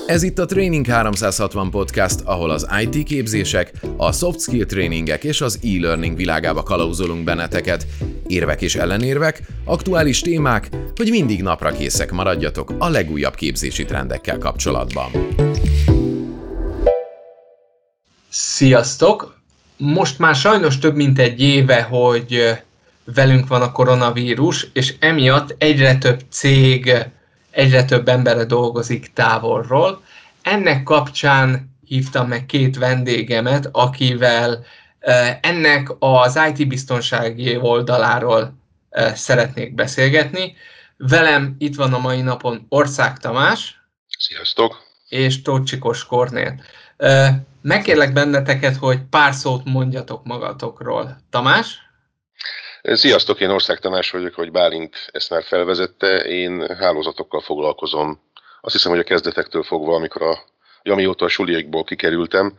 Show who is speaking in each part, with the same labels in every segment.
Speaker 1: Ez itt a Training 360 Podcast, ahol az IT képzések, a soft skill tréningek és az e-learning világába kalauzolunk benneteket. Érvek és ellenérvek, aktuális témák, hogy mindig napra készek maradjatok a legújabb képzési trendekkel kapcsolatban.
Speaker 2: Sziasztok! Most már sajnos több mint egy éve, hogy velünk van a koronavírus, és emiatt egyre több cég, egyre több embere dolgozik távolról. Ennek kapcsán hívtam meg két vendégemet, akivel ennek az IT biztonsági oldaláról szeretnék beszélgetni. Velem itt van a mai napon Ország Tamás.
Speaker 3: Sziasztok!
Speaker 2: És Tóth Csikós Kornél. Megkérlek benneteket, hogy pár szót mondjatok magatokról. Tamás?
Speaker 3: Sziasztok, én Ország Tamás vagyok, hogy Bálint ezt már felvezette. Én hálózatokkal foglalkozom. Azt hiszem, hogy a kezdetektől fogva, amióta a suliékból kikerültem,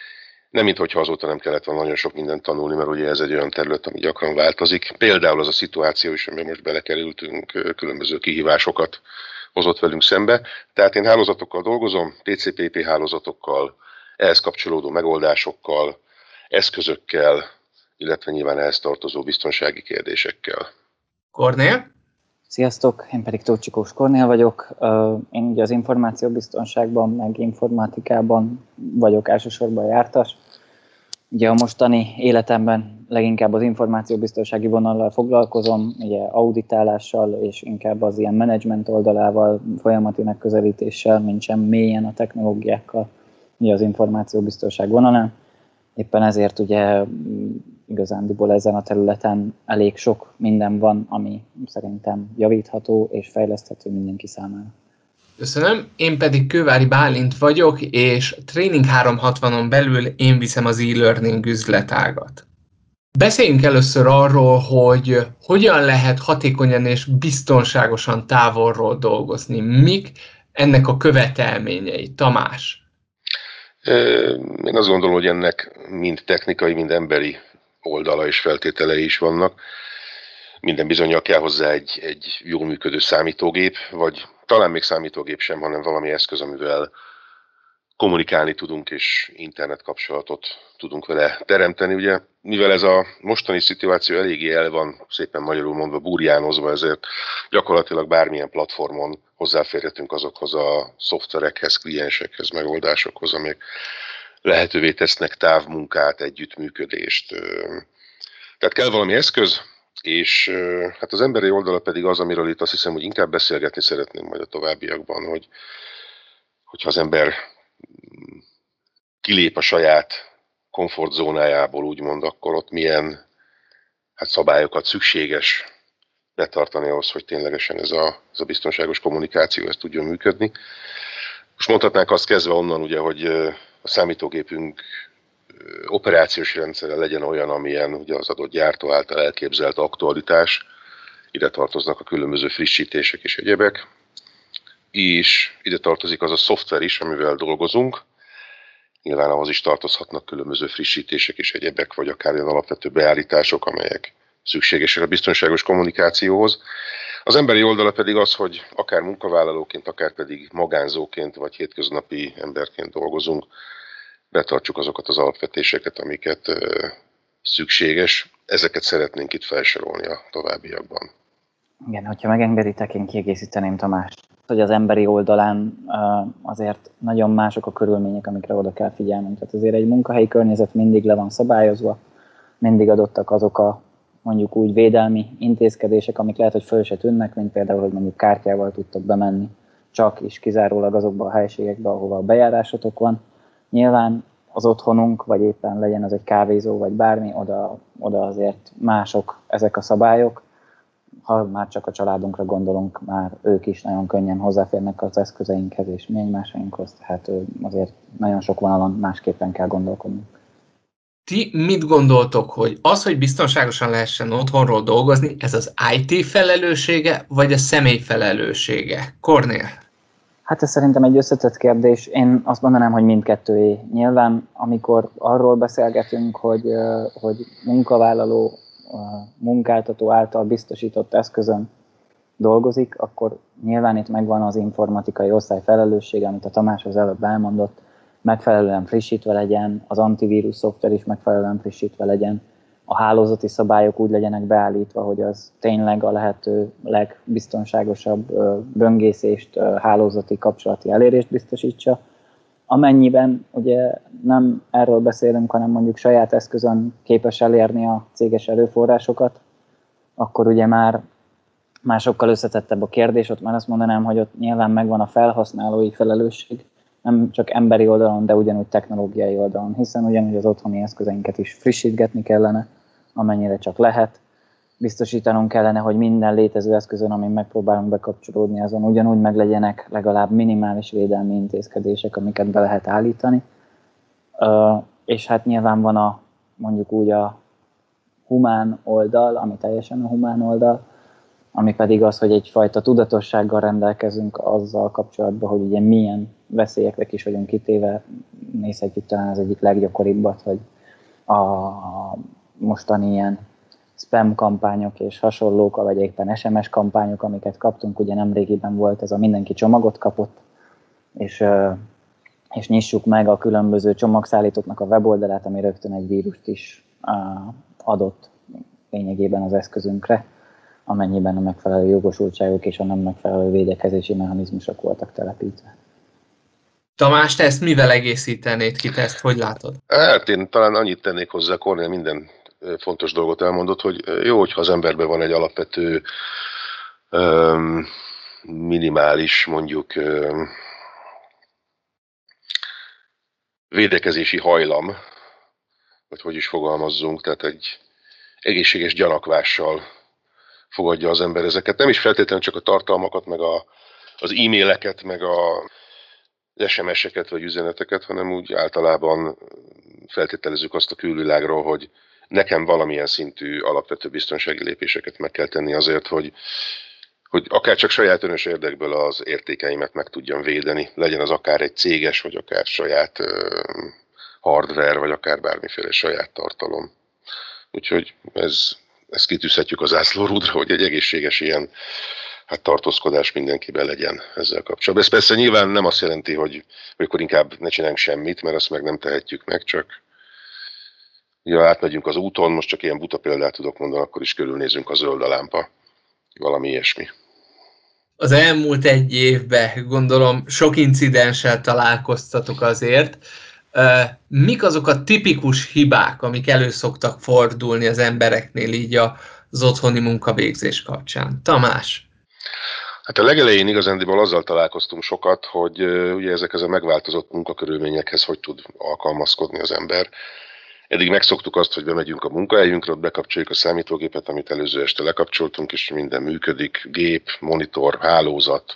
Speaker 3: nem minthogyha azóta nem kellett volna nagyon sok mindent tanulni, mert ugye ez egy olyan terület, ami gyakran változik. Például az a szituáció is, amiben most belekerültünk, különböző kihívásokat hozott velünk szembe. Tehát én hálózatokkal dolgozom, TCP/IP hálózatokkal, ehhez kapcsolódó megoldásokkal, eszközökkel, illetve nyilván ehhez tartozó biztonsági kérdésekkel.
Speaker 2: Kornél?
Speaker 4: Sziasztok, én pedig Tóth Csikós Kornél vagyok. Én ugye az információbiztonságban, meg informatikában vagyok elsősorban jártas. Ugye a mostani életemben leginkább az információbiztonsági vonallal foglalkozom, ugye auditálással és inkább az ilyen menedzsment oldalával, folyamati megközelítéssel, mint sem mélyen a technológiákkal, ugye az információbiztonság vonalán. Éppen ezért ugye igazándiból ezen a területen elég sok minden van, ami szerintem javítható és fejleszthető mindenki számára.
Speaker 2: Köszönöm, én pedig Kővári Bálint vagyok, és Training 360-on belül én viszem az e-learning üzletágat. Beszéljünk először arról, hogy hogyan lehet hatékonyan és biztonságosan távolról dolgozni. Mik ennek a követelményei? Tamás?
Speaker 3: Én azt gondolom, hogy ennek mind technikai, mind emberi oldala és feltételei is vannak. Minden bizonnyal kell hozzá egy jól működő számítógép, vagy talán még számítógép sem, hanem valami eszköz, amivel kommunikálni tudunk, és internetkapcsolatot tudunk vele teremteni. Ugye, mivel ez a mostani szituáció eléggé el van, szépen magyarul mondva, burjánozva, ezért gyakorlatilag bármilyen platformon hozzáférhetünk azokhoz a szoftverekhez, kliensekhez, megoldásokhoz, amik lehetővé tesznek távmunkát, együttműködést. Tehát kell valami eszköz, és hát az emberi oldala pedig az, amiről itt azt hiszem, hogy inkább beszélgetni szeretném majd a továbbiakban, hogyha az ember kilép a saját komfortzónájából, úgymond, akkor ott milyen szabályokat szükséges betartani ahhoz, hogy ténylegesen ez a biztonságos kommunikáció ezt tudjon működni. Most mondhatnánk azt kezdve onnan, ugye, hogy a számítógépünk operációs rendszere legyen olyan, amilyen ugye az adott gyártó által elképzelt aktualitás. Ide tartoznak a különböző frissítések és egyebek. És ide tartozik az a szoftver is, amivel dolgozunk. Nyilván ahhoz is tartozhatnak különböző frissítések és egyebek, vagy akár olyan alapvető beállítások, amelyek szükségesek a biztonságos kommunikációhoz. Az emberi oldala pedig az, hogy akár munkavállalóként, akár pedig magánzóként, vagy hétköznapi emberként dolgozunk, betartsuk azokat az alapvetéseket, amiket szükséges. Ezeket szeretnénk itt felsorolni a továbbiakban.
Speaker 4: Igen, hogyha megengeditek, én kiegészíteném Tamást, hogy az emberi oldalán azért nagyon mások a körülmények, amikre oda kell figyelnünk. Tehát azért egy munkahelyi környezet mindig le van szabályozva, mindig adottak azok a mondjuk úgy védelmi intézkedések, amik lehet, hogy föl se tűnnek, mint például, hogy mondjuk kártyával tudtok bemenni csak és kizárólag azokba a helységekbe, ahova a bejárásotok van. Nyilván az otthonunk, vagy éppen legyen az egy kávézó, vagy bármi, oda azért mások ezek a szabályok. Ha már csak a családunkra gondolunk, már ők is nagyon könnyen hozzáférnek az eszközeinkhez és mi egymásainkhoz, tehát azért nagyon sok vonalon másképpen kell gondolkodnunk.
Speaker 2: Ti mit gondoltok, hogy az, hogy biztonságosan lehessen otthonról dolgozni, ez az IT felelőssége, vagy a személy felelőssége? Kornél?
Speaker 4: Hát ez szerintem egy összetett kérdés. Én azt mondanám, hogy mindkettőé. Nyilván, amikor arról beszélgetünk, hogy munkavállaló, munkáltató által biztosított eszközön dolgozik, akkor nyilván itt megvan az informatikai osztály felelőssége, amit a Tamás az előbb elmondott, megfelelően frissítve legyen, az antivírus szoftver is megfelelően frissítve legyen, a hálózati szabályok úgy legyenek beállítva, hogy az tényleg a lehető legbiztonságosabb böngészést, hálózati kapcsolati elérést biztosítsa. Amennyiben ugye nem erről beszélünk, hanem mondjuk saját eszközön képes elérni a céges erőforrásokat, akkor ugye már sokkal összetettebb a kérdés, ott már azt mondanám, hogy ott nyilván megvan a felhasználói felelősség, nem csak emberi oldalon, de ugyanúgy technológiai oldalon, hiszen ugyanúgy az otthoni eszközeinket is frissítgetni kellene, amennyire csak lehet. Biztosítanunk kellene, hogy minden létező eszközön, amin megpróbálunk bekapcsolódni, azon ugyanúgy meglegyenek legalább minimális védelmi intézkedések, amiket be lehet állítani. És hát nyilván van mondjuk úgy a humán oldal, ami teljesen a humán oldal, ami pedig az, hogy egyfajta tudatossággal rendelkezünk azzal kapcsolatban, hogy ugye milyen veszélyeknek is vagyunk kitéve. Nézhetjük talán az egyik leggyakoribbat, hogy a mostani ilyen spam kampányok és hasonlók, vagy éppen SMS kampányok, amiket kaptunk, ugye nemrégiben volt ez a mindenki csomagot kapott, és nyissuk meg a különböző csomagszállítóknak a weboldalát, ami rögtön egy vírust is adott lényegében az eszközünkre, amennyiben a megfelelő jogosultságok és a nem megfelelő védekezési mechanizmusok voltak telepítve.
Speaker 2: Tamás, te ezt mivel egészítenéd ki, te ezt hogy látod?
Speaker 3: Hát én talán annyit tennék hozzá, Kornél minden fontos dolgot elmondott, hogy jó, hogyha az emberben van egy alapvető minimális, mondjuk védekezési hajlam, vagy hogy is fogalmazzunk, tehát egy egészséges gyanakvással fogadja az ember ezeket. Nem is feltétlenül csak a tartalmakat, meg az e-maileket, meg az SMS-eket vagy üzeneteket, hanem úgy általában feltételezzük azt a külvilágról, hogy nekem valamilyen szintű alapvető biztonsági lépéseket meg kell tenni azért, hogy akár csak saját önös érdekből az értékeimet meg tudjam védeni. Legyen az akár egy céges, vagy akár saját hardware, vagy akár bármiféle saját tartalom. Úgyhogy ezt kitűzhetjük az zászlórúdra, hogy egy egészséges ilyen tartózkodás mindenkiben legyen ezzel kapcsolatban. Ez persze nyilván nem azt jelenti, hogy akkor inkább ne csináljunk semmit, mert azt meg nem tehetjük meg, csak ja, átmegyünk az úton, most csak ilyen buta példát tudok mondani, akkor is körülnézünk a zöld a lámpa. Valami ilyesmi.
Speaker 2: Az elmúlt egy évben, gondolom, sok incidenssel találkoztatok azért. Mik azok a tipikus hibák, amik elő szoktak fordulni az embereknél így az otthoni munkavégzés kapcsán? Tamás?
Speaker 3: Hát a legelején igazándiból azzal találkoztunk sokat, hogy ugye ezekhez a megváltozott munkakörülményekhez hogy tud alkalmazkodni az ember. Eddig megszoktuk azt, hogy bemegyünk a munkahelyünkre, ott bekapcsoljuk a számítógépet, amit előző este lekapcsoltunk, és minden működik, gép, monitor, hálózat,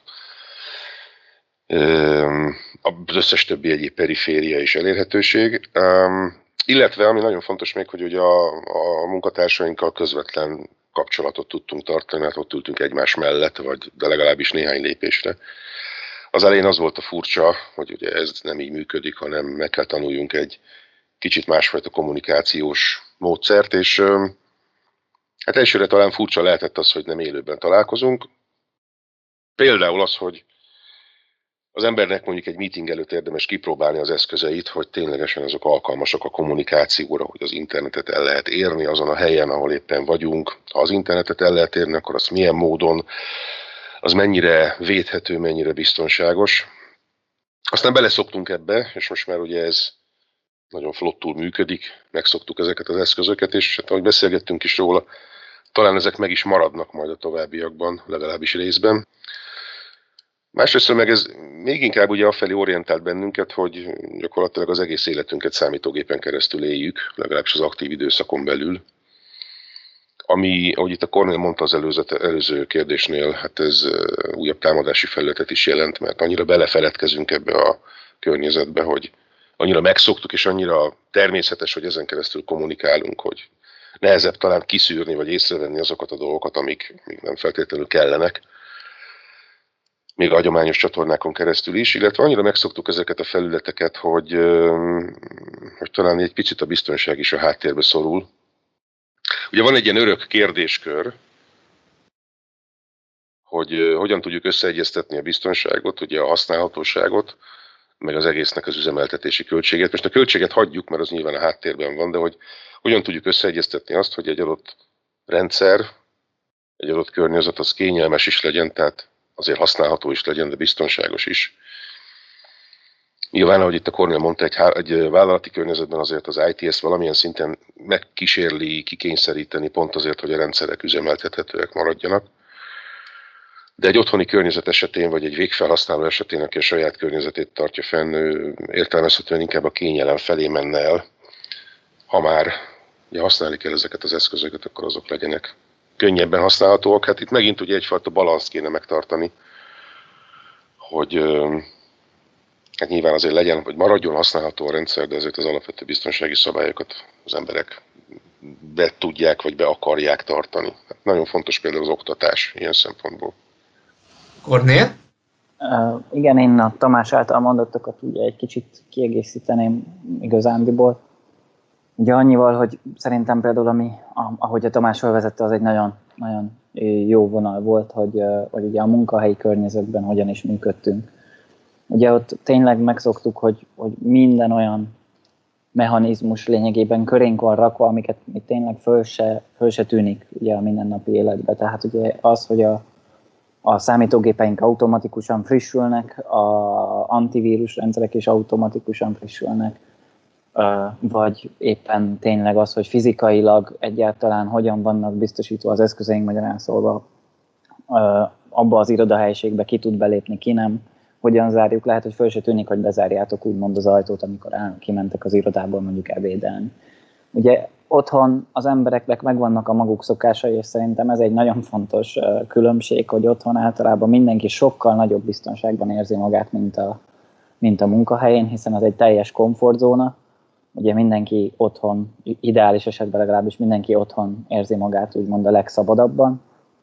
Speaker 3: az összes többi egyéb periféria és elérhetőség. Illetve, ami nagyon fontos még, hogy ugye a munkatársainkkal közvetlen kapcsolatot tudtunk tartani, hát ott ültünk egymás mellett, de legalábbis néhány lépésre. Az elején az volt a furcsa, hogy ugye ez nem így működik, hanem meg kell tanuljunk egy kicsit másfajta kommunikációs módszert, és hát elsőre talán furcsa lehetett az, hogy nem élőben találkozunk. Például az, hogy az embernek mondjuk egy meeting előtt érdemes kipróbálni az eszközeit, hogy ténylegesen azok alkalmasak a kommunikációra, hogy az internetet el lehet érni azon a helyen, ahol éppen vagyunk. Ha az internetet el lehet érni, akkor az milyen módon, az mennyire védhető, mennyire biztonságos. Aztán beleszoktunk ebbe, és most már ugye ez nagyon flottul működik, megszoktuk ezeket az eszközöket, és hát ahogy beszélgettünk is róla, talán ezek meg is maradnak majd a továbbiakban, legalábbis részben. Másrészt meg ez még inkább ugye afelé orientált bennünket, hogy gyakorlatilag az egész életünket számítógépen keresztül éljük, legalábbis az aktív időszakon belül. Ami, ahogy itt a Kornél mondta az előző kérdésnél, hát ez újabb támadási felületet is jelent, mert annyira belefeledkezünk ebbe a környezetbe, hogy annyira megszoktuk, és annyira természetes, hogy ezen keresztül kommunikálunk, hogy nehezebb talán kiszűrni, vagy észrevenni azokat a dolgokat, amik még nem feltétlenül kellenek, még a hagyományos csatornákon keresztül is, illetve annyira megszoktuk ezeket a felületeket, hogy talán egy picit a biztonság is a háttérbe szorul. Ugye van egy ilyen örök kérdéskör, hogy hogyan tudjuk összeegyeztetni a biztonságot, ugye a használhatóságot, meg az egésznek az üzemeltetési költséget. Most a költséget hagyjuk, mert az nyilván a háttérben van, de hogy hogyan tudjuk összeegyeztetni azt, hogy egy adott rendszer, egy adott környezet az kényelmes is legyen, tehát azért használható is legyen, de biztonságos is. Nyilván, ahogy itt a Kornél mondta, egy vállalati környezetben azért az IT ezt valamilyen szinten megkísérli kikényszeríteni pont azért, hogy a rendszerek üzemeltethetőek maradjanak. De egy otthoni környezet esetén, vagy egy végfelhasználó esetén, aki a saját környezetét tartja fenn, értelmezhetően inkább a kényelem felé menne el. Ha már ugye használni kell ezeket az eszközöket, akkor azok legyenek könnyebben használhatóak. Hát itt megint ugye egyfajta balanszt kéne megtartani, hogy hát nyilván azért legyen, hogy maradjon használható a rendszer, de ezért az alapvető biztonsági szabályokat az emberek be tudják, vagy be akarják tartani. Hát nagyon fontos például az oktatás ilyen szempontból.
Speaker 2: Kornél?
Speaker 4: Igen, én a Tamás által mondottakat ugye egy kicsit kiegészíteném igazándiból. Ugye annyival, hogy szerintem például, ahogy a Tamás felvezette, az egy nagyon, nagyon jó vonal volt, hogy ugye a munkahelyi környezetben hogyan is működtünk. Ugye ott tényleg megszoktuk, hogy minden olyan mechanizmus lényegében körénk van rakva, amiket mi tényleg föl se tűnik ugye a mindennapi életbe. Tehát ugye az, hogy a számítógépeink automatikusan frissülnek, a antivírus rendszerek is automatikusan frissülnek, vagy éppen tényleg az, hogy fizikailag egyáltalán hogyan vannak biztosítva az eszközeink, magyarán szólva abba az irodahelyiségbe ki tud belépni, ki nem, hogyan zárjuk, lehet, hogy föl se tűnik, hogy bezárjátok úgymond az ajtót, amikor kimentek az irodából mondjuk ebédelni. Ugye otthon az embereknek megvannak a maguk szokásai, és szerintem ez egy nagyon fontos különbség, hogy otthon általában mindenki sokkal nagyobb biztonságban érzi magát, mint a munkahelyén, hiszen az egy teljes komfortzóna. Ugye mindenki otthon, ideális esetben legalábbis mindenki otthon érzi magát úgymond a legszabadabban,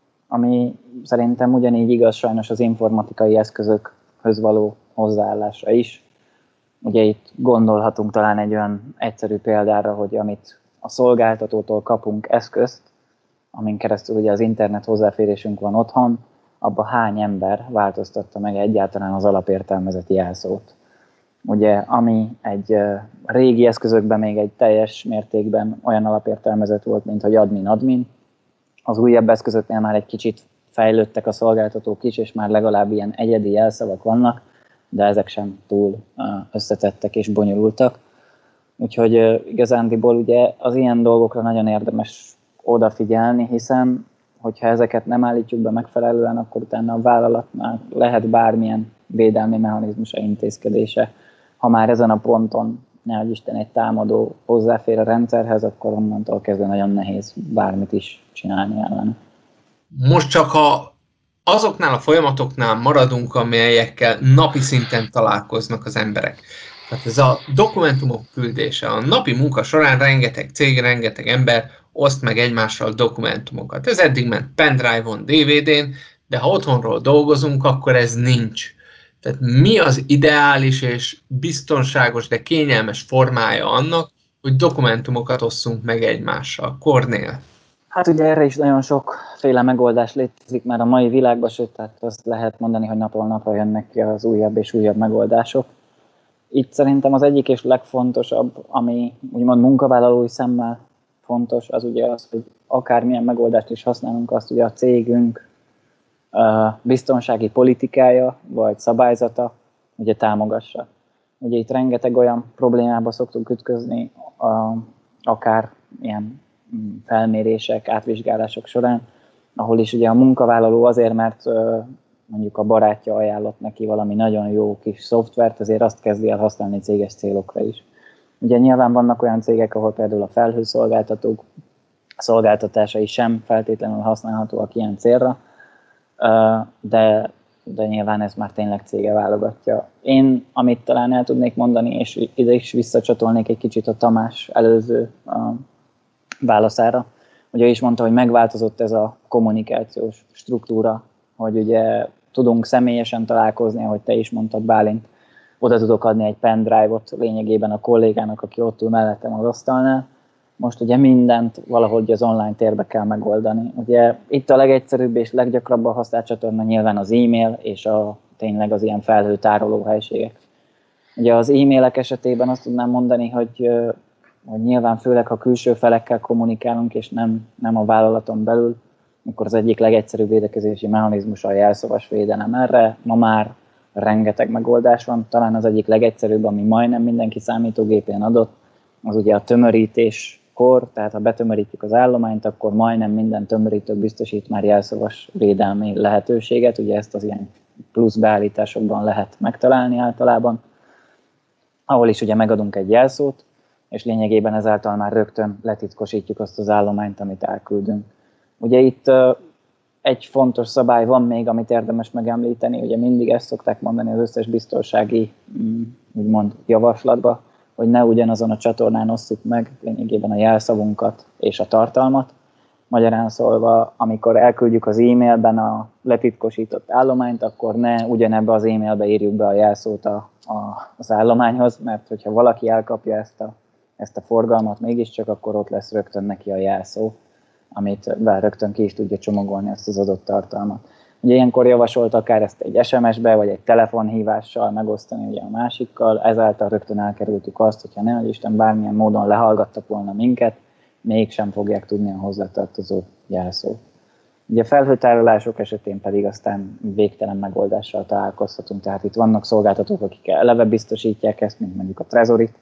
Speaker 4: ami szerintem ugyanígy igaz sajnos az informatikai eszközökhöz való hozzáállásra is. Ugye itt gondolhatunk talán egy olyan egyszerű példára, hogy amit a szolgáltatótól kapunk eszközt, amin keresztül ugye az internet hozzáférésünk van otthon, abba hány ember változtatta meg egyáltalán az alapértelmezett jelszót. Ugye, ami egy régi eszközökben még egy teljes mértékben olyan alapértelmezett volt, mint hogy admin-admin. Az újabb eszközöknél már egy kicsit fejlődtek a szolgáltatók is, és már legalább ilyen egyedi jelszavak vannak, de ezek sem túl összetettek és bonyolultak. Úgyhogy igazándiból ugye az ilyen dolgokra nagyon érdemes odafigyelni, hiszen hogyha ezeket nem állítjuk be megfelelően, akkor utána a vállalatnál lehet bármilyen védelmi mechanizmusa, intézkedése. Ha már ezen a ponton, nehogy Isten, egy támadó hozzáfér a rendszerhez, akkor onnantól kezdve nagyon nehéz bármit is csinálni ellene.
Speaker 2: Most csak ha azoknál a folyamatoknál maradunk, amelyekkel napi szinten találkoznak az emberek. Tehát ez a dokumentumok küldése. A napi munka során rengeteg cég, rengeteg ember oszt meg egymással dokumentumokat. Ez eddig ment pendrive-on, DVD-n, de ha otthonról dolgozunk, akkor ez nincs. Tehát mi az ideális és biztonságos, de kényelmes formája annak, hogy dokumentumokat osszunk meg egymással? Kornél?
Speaker 4: Hát ugye erre is nagyon sokféle megoldás létezik már a mai világban, sőt, tehát azt lehet mondani, hogy napról napra jönnek ki az újabb és újabb megoldások. Itt szerintem az egyik és legfontosabb, ami úgymond munkavállalói szemmel fontos, az ugye az, hogy akármilyen megoldást is használunk, azt ugye a cégünk biztonsági politikája vagy szabályzata ugye támogassa. Ugye itt rengeteg olyan problémába szoktunk ütközni, akár ilyen felmérések, átvizsgálások során, ahol is ugye a munkavállaló azért, mert mondjuk a barátja ajánlott neki valami nagyon jó kis szoftvert, azért azt kezdi el használni céges célokra is. Ugye nyilván vannak olyan cégek, ahol például a felhőszolgáltatók szolgáltatásai sem feltétlenül használhatóak ilyen célra, de nyilván ez már tényleg cége válogatja. Én, amit talán el tudnék mondani, és ide is visszacsatolnék egy kicsit a Tamás előző válaszára, ugye is mondta, hogy megváltozott ez a kommunikációs struktúra, hogy ugye tudunk személyesen találkozni, ahogy te is mondtad, Bálint, oda tudok adni egy pendrive-ot lényegében a kollégának, aki ott ül mellettem az asztalnál, most ugye mindent valahogy az online térbe kell megoldani. Ugye itt a legegyszerűbb és leggyakrabban használt csatorna nyilván az e-mail és tényleg az ilyen felhőtároló helységek. Ugye az e-mailek esetében azt tudnám mondani, hogy nyilván főleg, ha külső felekkel kommunikálunk, és nem a vállalaton belül, akkor az egyik legegyszerűbb védekezési mechanizmus a jelszavas védelem. Erre ma már rengeteg megoldás van, talán az egyik legegyszerűbb, ami majdnem mindenki számítógépén adott, az ugye a tömörítéskor, tehát ha betömörítjük az állományt, akkor majdnem minden tömörítő biztosít már jelszavas védelmi lehetőséget, ugye ezt az ilyen plusz beállításokban lehet megtalálni általában, ahol is ugye megadunk egy jelszót, és lényegében ezáltal már rögtön letitkosítjuk azt az állományt, amit elküldünk. Ugye itt egy fontos szabály van még, amit érdemes megemlíteni, ugye mindig ezt szokták mondani az összes biztonsági úgymond javaslatba, hogy ne ugyanazon a csatornán osszuk meg lényegében a jelszavunkat és a tartalmat. Magyarán szólva, amikor elküldjük az e-mailben a letitkosított állományt, akkor ne ugyanebbe az e-mailbe írjuk be a jelszót az állományhoz, mert hogyha valaki elkapja ezt a forgalmat mégiscsak, akkor ott lesz rögtön neki a jelszó, amit rögtön ki is tudja csomagolni ezt az adott tartalmat. Ugye ilyenkor javasolt akár ezt egy SMS-be, vagy egy telefonhívással megosztani ugye a másikkal, ezáltal rögtön elkerültük azt, hogyha nehogy Isten bármilyen módon lehallgattak volna minket, mégsem fogják tudni a hozzátartozó jelszót. Ugye a felhőtárolások esetén pedig aztán végtelen megoldással találkozhatunk, tehát itt vannak szolgáltatók, akik eleve biztosítják ezt, mint mondjuk a Trezorit,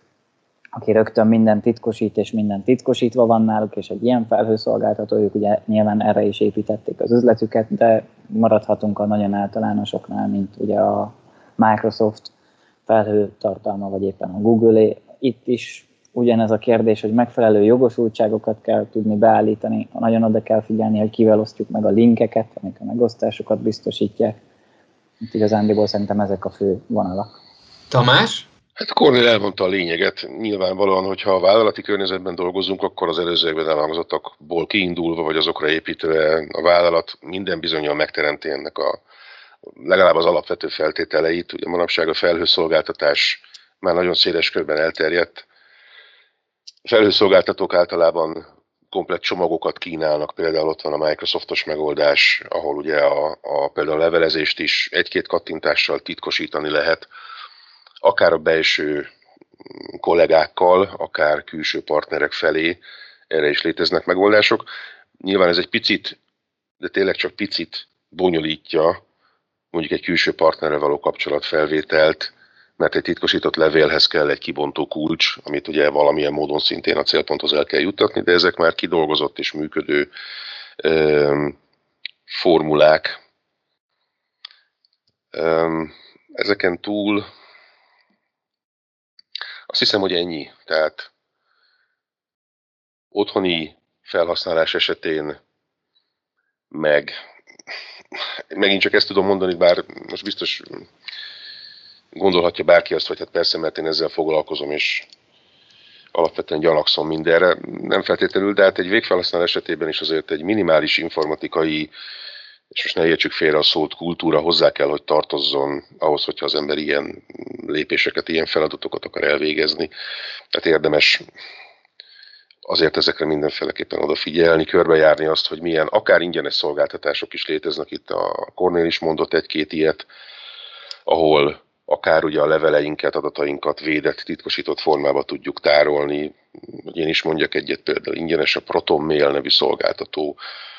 Speaker 4: aki rögtön minden titkosít, és minden titkosítva van náluk, és egy ilyen felhőszolgáltatójuk, ugye nyilván erre is építették az üzletüket, de maradhatunk a nagyon általánosoknál, mint ugye a Microsoft felhőtartalma, vagy éppen a Google-é. Itt is ugyanez a kérdés, hogy megfelelő jogosultságokat kell tudni beállítani, nagyon oda kell figyelni, hogy kivel osztjuk meg a linkeket, amik a megosztásokat biztosítják. Itt igazándiból szerintem ezek a fő vonalak.
Speaker 2: Tamás?
Speaker 3: Hát Kornél elmondta a lényeget. Nyilvánvalóan, hogyha a vállalati környezetben dolgozunk, akkor az előzőekben elhangzottakból kiindulva, vagy azokra építve a vállalat minden bizonnyal megteremti ennek legalább az alapvető feltételeit. Ugye manapság a felhőszolgáltatás már nagyon széles körben elterjedt. A felhőszolgáltatók általában komplett csomagokat kínálnak, például ott van a Microsoftos megoldás, ahol ugye például a levelezést is egy-két kattintással titkosítani lehet, akár a belső kollégákkal, akár külső partnerek felé, erre is léteznek megoldások. Nyilván ez egy picit, de tényleg csak picit bonyolítja mondjuk egy külső partnerrel való kapcsolatfelvételt, mert egy titkosított levélhez kell egy kibontó kulcs, amit ugye valamilyen módon szintén a célponthoz el kell juttatni, de ezek már kidolgozott és működő formulák. Ezeken túl azt hiszem, hogy ennyi. Tehát otthoni felhasználás esetén megint csak ezt tudom mondani, bár most biztos gondolhatja bárki azt, hogy hát persze, mert én ezzel foglalkozom, és alapvetően gyanakszom mindenre. Nem feltétlenül, de hát egy végfelhasználás esetében is azért egy minimális informatikai, és most ne értsük félre a szót, kultúra hozzá kell, hogy tartozzon ahhoz, hogyha az ember ilyen lépéseket, ilyen feladatokat akar elvégezni. Tehát érdemes azért ezekre mindenféleképpen odafigyelni, körbejárni azt, hogy milyen, akár ingyenes szolgáltatások is léteznek, itt a Kornél is mondott egy-két ilyet, ahol akár ugye a leveleinket, adatainkat védett, titkosított formában tudjuk tárolni. Én is mondjak egyet, például ingyenes a Proton Mail nevű szolgáltató,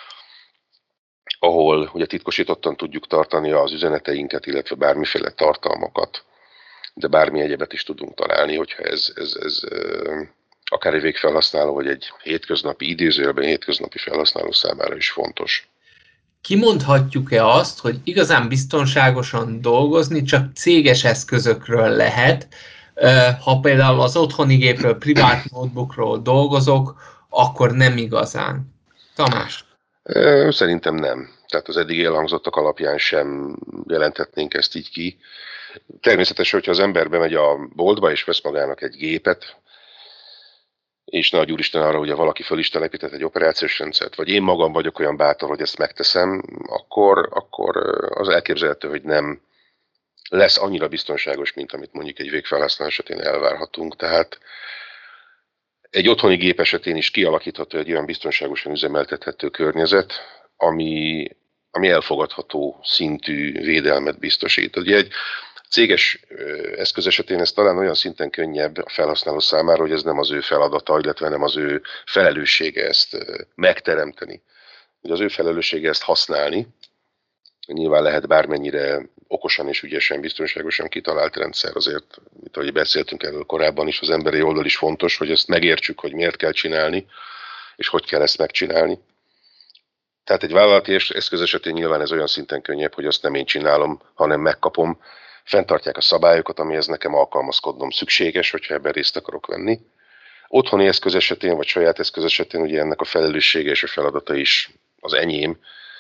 Speaker 3: ahol ugye titkosítottan tudjuk tartani az üzeneteinket, illetve bármiféle tartalmakat, de bármi egyebet is tudunk találni, hogyha ez akár egy végfelhasználó, vagy egy hétköznapi, idézőjelben hétköznapi felhasználó számára is fontos.
Speaker 2: Kimondhatjuk-e azt, hogy igazán biztonságosan dolgozni csak céges eszközökről lehet, ha például az otthoni gépről, privát notebookról dolgozok, akkor nem igazán. Tamás?
Speaker 3: Szerintem nem. Tehát az eddig elhangzottak alapján sem jelenthetnénk ezt így ki. Természetesen, hogyha az ember bemegy a boltba és vesz magának egy gépet, és ne adj úristen arra, hogy valaki föl is telepített egy operációs rendszert, vagy én magam vagyok olyan bátor, hogy ezt megteszem, akkor az elképzelhető, hogy nem lesz annyira biztonságos, mint amit mondjuk egy végfelhasználás esetén elvárhatunk. Tehát Egy otthoni gép esetén is kialakítható egy olyan biztonságosan üzemeltethető környezet, ami elfogadható szintű védelmet biztosít. Ugye egy céges eszköz esetén ez talán olyan szinten könnyebb a felhasználó számára, hogy ez nem az ő feladata, illetve nem az ő felelőssége ezt megteremteni. Ugye az ő felelőssége ezt használni. Nyilván lehet bármennyire okosan és ügyesen, biztonságosan kitalált rendszer, azért, mint ahogy beszéltünk erről korábban is, az emberi oldal is fontos, hogy ezt megértsük, hogy miért kell csinálni, és hogy kell ezt megcsinálni. Tehát egy vállalati eszköz esetén nyilván ez olyan szinten könnyebb, hogy azt nem én csinálom, hanem megkapom, fenntartják a szabályokat, amihez nekem alkalmazkodnom szükséges, hogyha ebben részt akarok venni. Otthoni eszköz esetén, vagy saját eszköz esetén ugye ennek a felelőssége és a feladata is az enyém.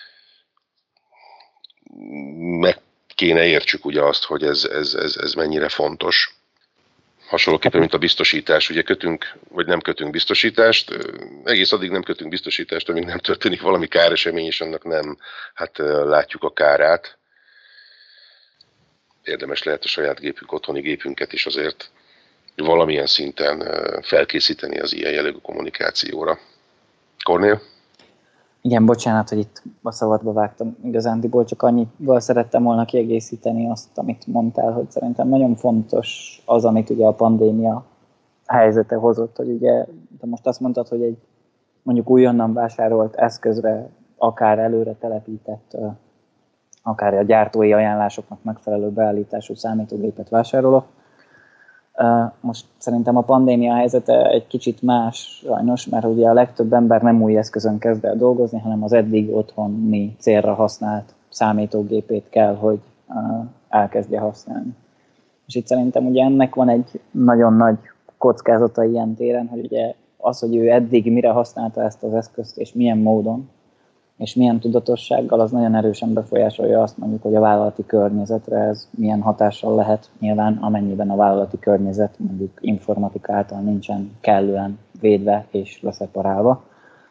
Speaker 3: Meg kéne értsük ugye azt, hogy ez mennyire fontos. Hasonlóképpen, mint a biztosítás. Ugye kötünk, vagy nem kötünk biztosítást. Egész addig nem kötünk biztosítást, amíg nem történik valami káresemény, és annak nem látjuk a kárát. Érdemes lehet a saját gépünk, otthoni gépünket is azért valamilyen szinten felkészíteni az ilyen jellegű kommunikációra. Kornél?
Speaker 4: Igen, bocsánat, hogy itt a szabadba vágtam. Igazándiból csak annyival szerettem volna kiegészíteni azt, amit mondtál, hogy szerintem nagyon fontos az, amit ugye a pandémia helyzete hozott, hogy ugye, de most azt mondtad, hogy egy mondjuk újonnan vásárolt eszközre akár előre telepített, akár a gyártói ajánlásoknak megfelelő beállítású számítógépet vásárolok. Most szerintem a pandémia helyzete egy kicsit más sajnos, mert ugye a legtöbb ember nem új eszközön kezd el dolgozni, hanem az eddig otthoni célra használt számítógépét kell, hogy elkezdje használni. És itt szerintem ugye ennek van egy nagyon nagy kockázata ilyen téren, hogy ugye az, hogy ő eddig mire használta ezt az eszközt, és milyen módon, és milyen tudatossággal, az nagyon erősen befolyásolja azt mondjuk, hogy a vállalati környezetre ez milyen hatással lehet, nyilván amennyiben a vállalati környezet mondjuk informatika által nincsen kellően védve és leszeparálva.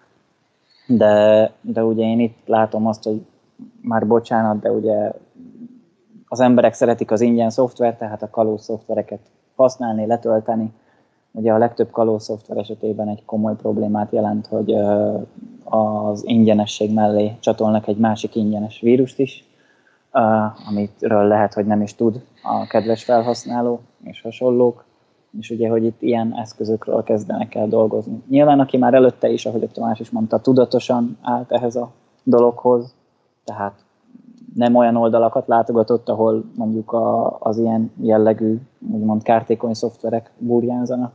Speaker 4: De ugye én itt látom azt, hogy már bocsánat, de ugye az emberek szeretik az ingyen szoftvert, tehát a kalóz szoftvereket használni, letölteni. Ugye a legtöbb kalóz szoftver esetében egy komoly problémát jelent, hogy az ingyenesség mellé csatolnak egy másik ingyenes vírust is, amitről lehet, hogy nem is tud a kedves felhasználó és hasonlók, és ugye, hogy itt ilyen eszközökről kezdenek el dolgozni. Nyilván, aki már előtte is, ahogy a Tamás is mondta, tudatosan állt ehhez a dologhoz, tehát nem olyan oldalakat látogatott, ahol mondjuk az ilyen jellegű, úgymond kártékony szoftverek burjánzanak,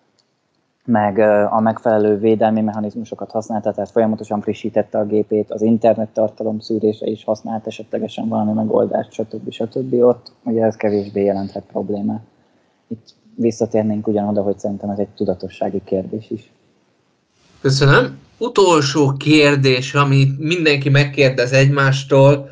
Speaker 4: meg a megfelelő védelmi mechanizmusokat használta, tehát folyamatosan frissítette a gépét, az internettartalom szűrése is használt esetlegesen valami megoldást, stb. Ott ugye ez kevésbé jelenthet problémát. Itt visszatérnénk ugyanoda, hogy szerintem ez egy tudatossági kérdés is.
Speaker 2: Köszönöm. Utolsó kérdés, amit mindenki megkérdez egymástól.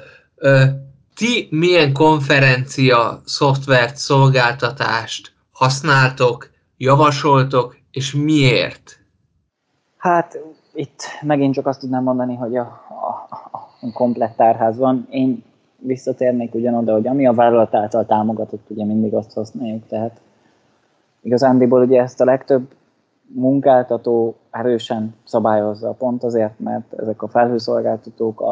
Speaker 2: Ti milyen konferencia, szoftvert, szolgáltatást használtok, javasoltok, és miért?
Speaker 4: Hát itt megint csak azt tudnám mondani, hogy a komplett tárház van. Én visszatérnék ugyanoda, hogy ami a vállalat által támogatott, ugye mindig azt használjuk, tehát igazándiból ugye ezt a legtöbb munkáltató erősen szabályozza, pont azért, mert ezek a felhőszolgáltatók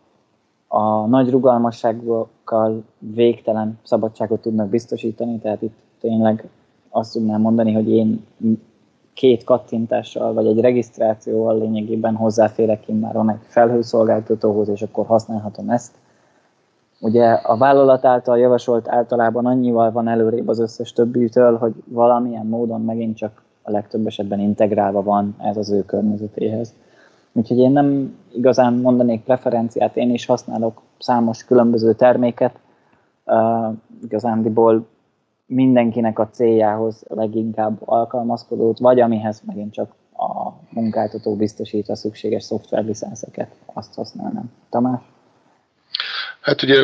Speaker 4: a nagy rugalmasságokkal végtelen szabadságot tudnak biztosítani, tehát itt tényleg azt tudnám mondani, hogy én 2 kattintással vagy egy regisztrációval lényegében hozzáférek immáron egy felhőszolgáltatóhoz, és akkor használhatom ezt. Ugye a vállalat által javasolt általában annyival van előrébb az összes többitől, hogy valamilyen módon megint csak a legtöbb esetben integrálva van ez az ő környezetéhez. Úgyhogy én nem igazán mondanék preferenciát, én is használok számos különböző terméket, igazándiból mindenkinek a céljához leginkább alkalmazkodót, vagy amihez megint csak a munkáltató biztosít a szükséges szoftverlicenszeket, azt használnám. Tamás?
Speaker 3: Hát ugye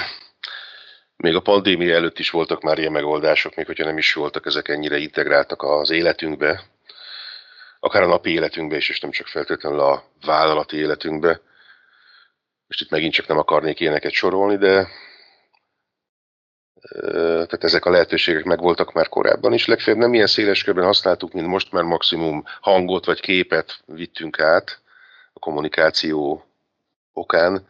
Speaker 3: még a pandémia előtt is voltak már ilyen megoldások, még hogyha nem is voltak ezek ennyire integráltak az életünkbe, akár a napi életünkbe is, és nem csak feltétlenül a vállalati életünkbe. Most itt megint csak nem akarnék ilyeneket sorolni, de Tehát ezek a lehetőségek megvoltak már korábban is, legfeljebb nem ilyen széles körben használtuk, mint most, mert maximum hangot vagy képet vittünk át a kommunikáció okán.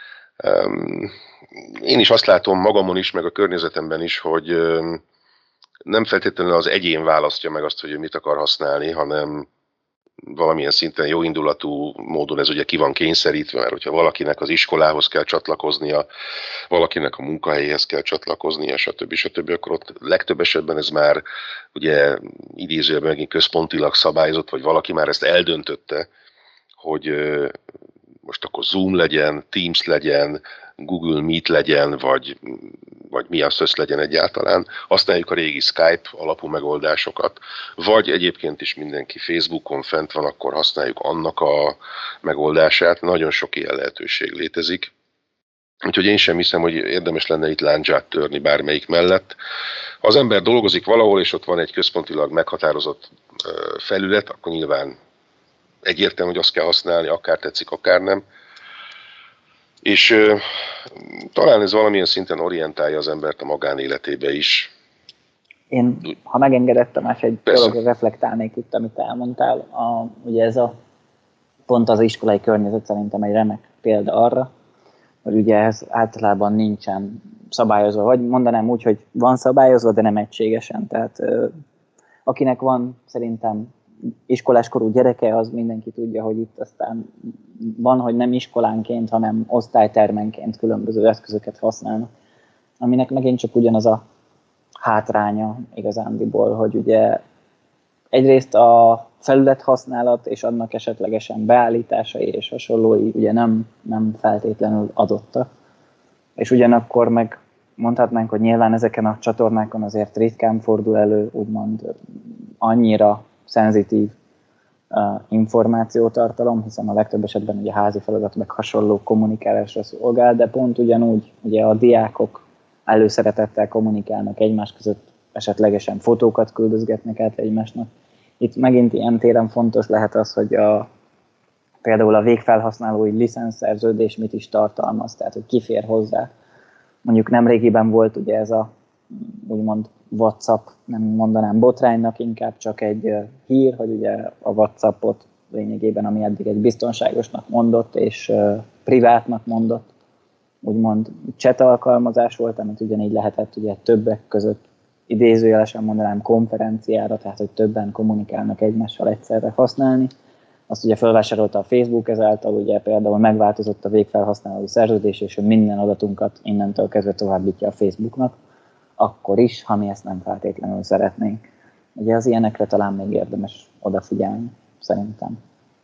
Speaker 3: Én is azt látom magamon is, meg a környezetemben is, hogy nem feltétlenül az egyén választja meg azt, hogy mit akar használni, hanem valamilyen szinten jóindulatú módon ez ugye ki van kényszerítve, mert hogyha valakinek az iskolához kell csatlakoznia, valakinek a munkahelyéhez kell csatlakoznia, stb., akkor ott legtöbb esetben ez már ugye idézőjelben megint központilag szabályozott, vagy valaki már ezt eldöntötte, hogy most akkor Zoom legyen, Teams legyen, Google Meet legyen, vagy mi az legyen egyáltalán. Használjuk a régi Skype alapú megoldásokat, vagy egyébként is mindenki Facebookon fent van, akkor használjuk annak a megoldását. Nagyon sok ilyen lehetőség létezik. Úgyhogy én sem hiszem, hogy érdemes lenne itt lándzsát törni bármelyik mellett. Ha az ember dolgozik valahol, és ott van egy központilag meghatározott felület, akkor nyilván egyértelmű, hogy azt kell használni, akár tetszik, akár nem. És talán ez valamilyen szinten orientálja az embert a magánéletébe is.
Speaker 4: Én, ha megengedett, Tamás, egy dologra reflektálnék itt, amit elmondtál. Ugye ez pont az iskolai környezet szerintem egy remek példa arra, hogy ugye ez általában nincsen szabályozva, vagy mondanám úgy, hogy van szabályozva, de nem egységesen. Tehát akinek van szerintem iskoláskorú gyereke, az mindenki tudja, hogy itt aztán van, hogy nem iskolánként, hanem osztálytermenként különböző eszközöket használnak, aminek megint csak ugyanaz a hátránya igazándiból, hogy ugye egyrészt a felület használat és annak esetlegesen beállításai és hasonlói ugye nem feltétlenül adottak. És ugyanakkor meg mondhatnánk, hogy nyilván ezeken a csatornákon azért ritkán fordul elő úgymond annyira szenzitív információtartalom, hiszen a legtöbb esetben ugye házi feladat meg hasonló kommunikálásra szolgál, de pont ugyanúgy ugye a diákok előszeretettel kommunikálnak egymás között, esetlegesen fotókat küldözgetnek át egymásnak. Itt megint ilyen téren fontos lehet az, hogy például a végfelhasználói licenszerződés mit is tartalmaz, tehát hogy ki fér hozzá. Mondjuk nemrégiben volt ugye ez a úgymond WhatsApp, nem mondanám botránynak, inkább csak egy hír, hogy ugye a WhatsAppot lényegében, ami eddig egy biztonságosnak mondott és privátnak mondott, úgymond chat alkalmazás volt, amit ugyanígy lehetett ugye többek között idézőjelesen mondanám konferenciára, tehát hogy többen kommunikálnak egymással egyszerre használni. Azt ugye felvásárolta a Facebook, ezáltal ugye például megváltozott a végfelhasználói szerződés, és hogy minden adatunkat innentől kezdve továbbítja a Facebooknak, akkor is, ha mi ezt nem feltétlenül szeretnénk. Ugye az ilyenekre talán még érdemes odafigyelni, szerintem.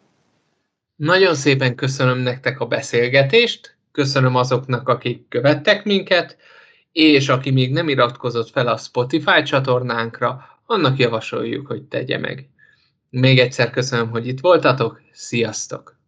Speaker 2: Nagyon szépen köszönöm nektek a beszélgetést, köszönöm azoknak, akik követtek minket, és aki még nem iratkozott fel a Spotify csatornánkra, annak javasoljuk, hogy tegye meg. Még egyszer köszönöm, hogy itt voltatok, sziasztok!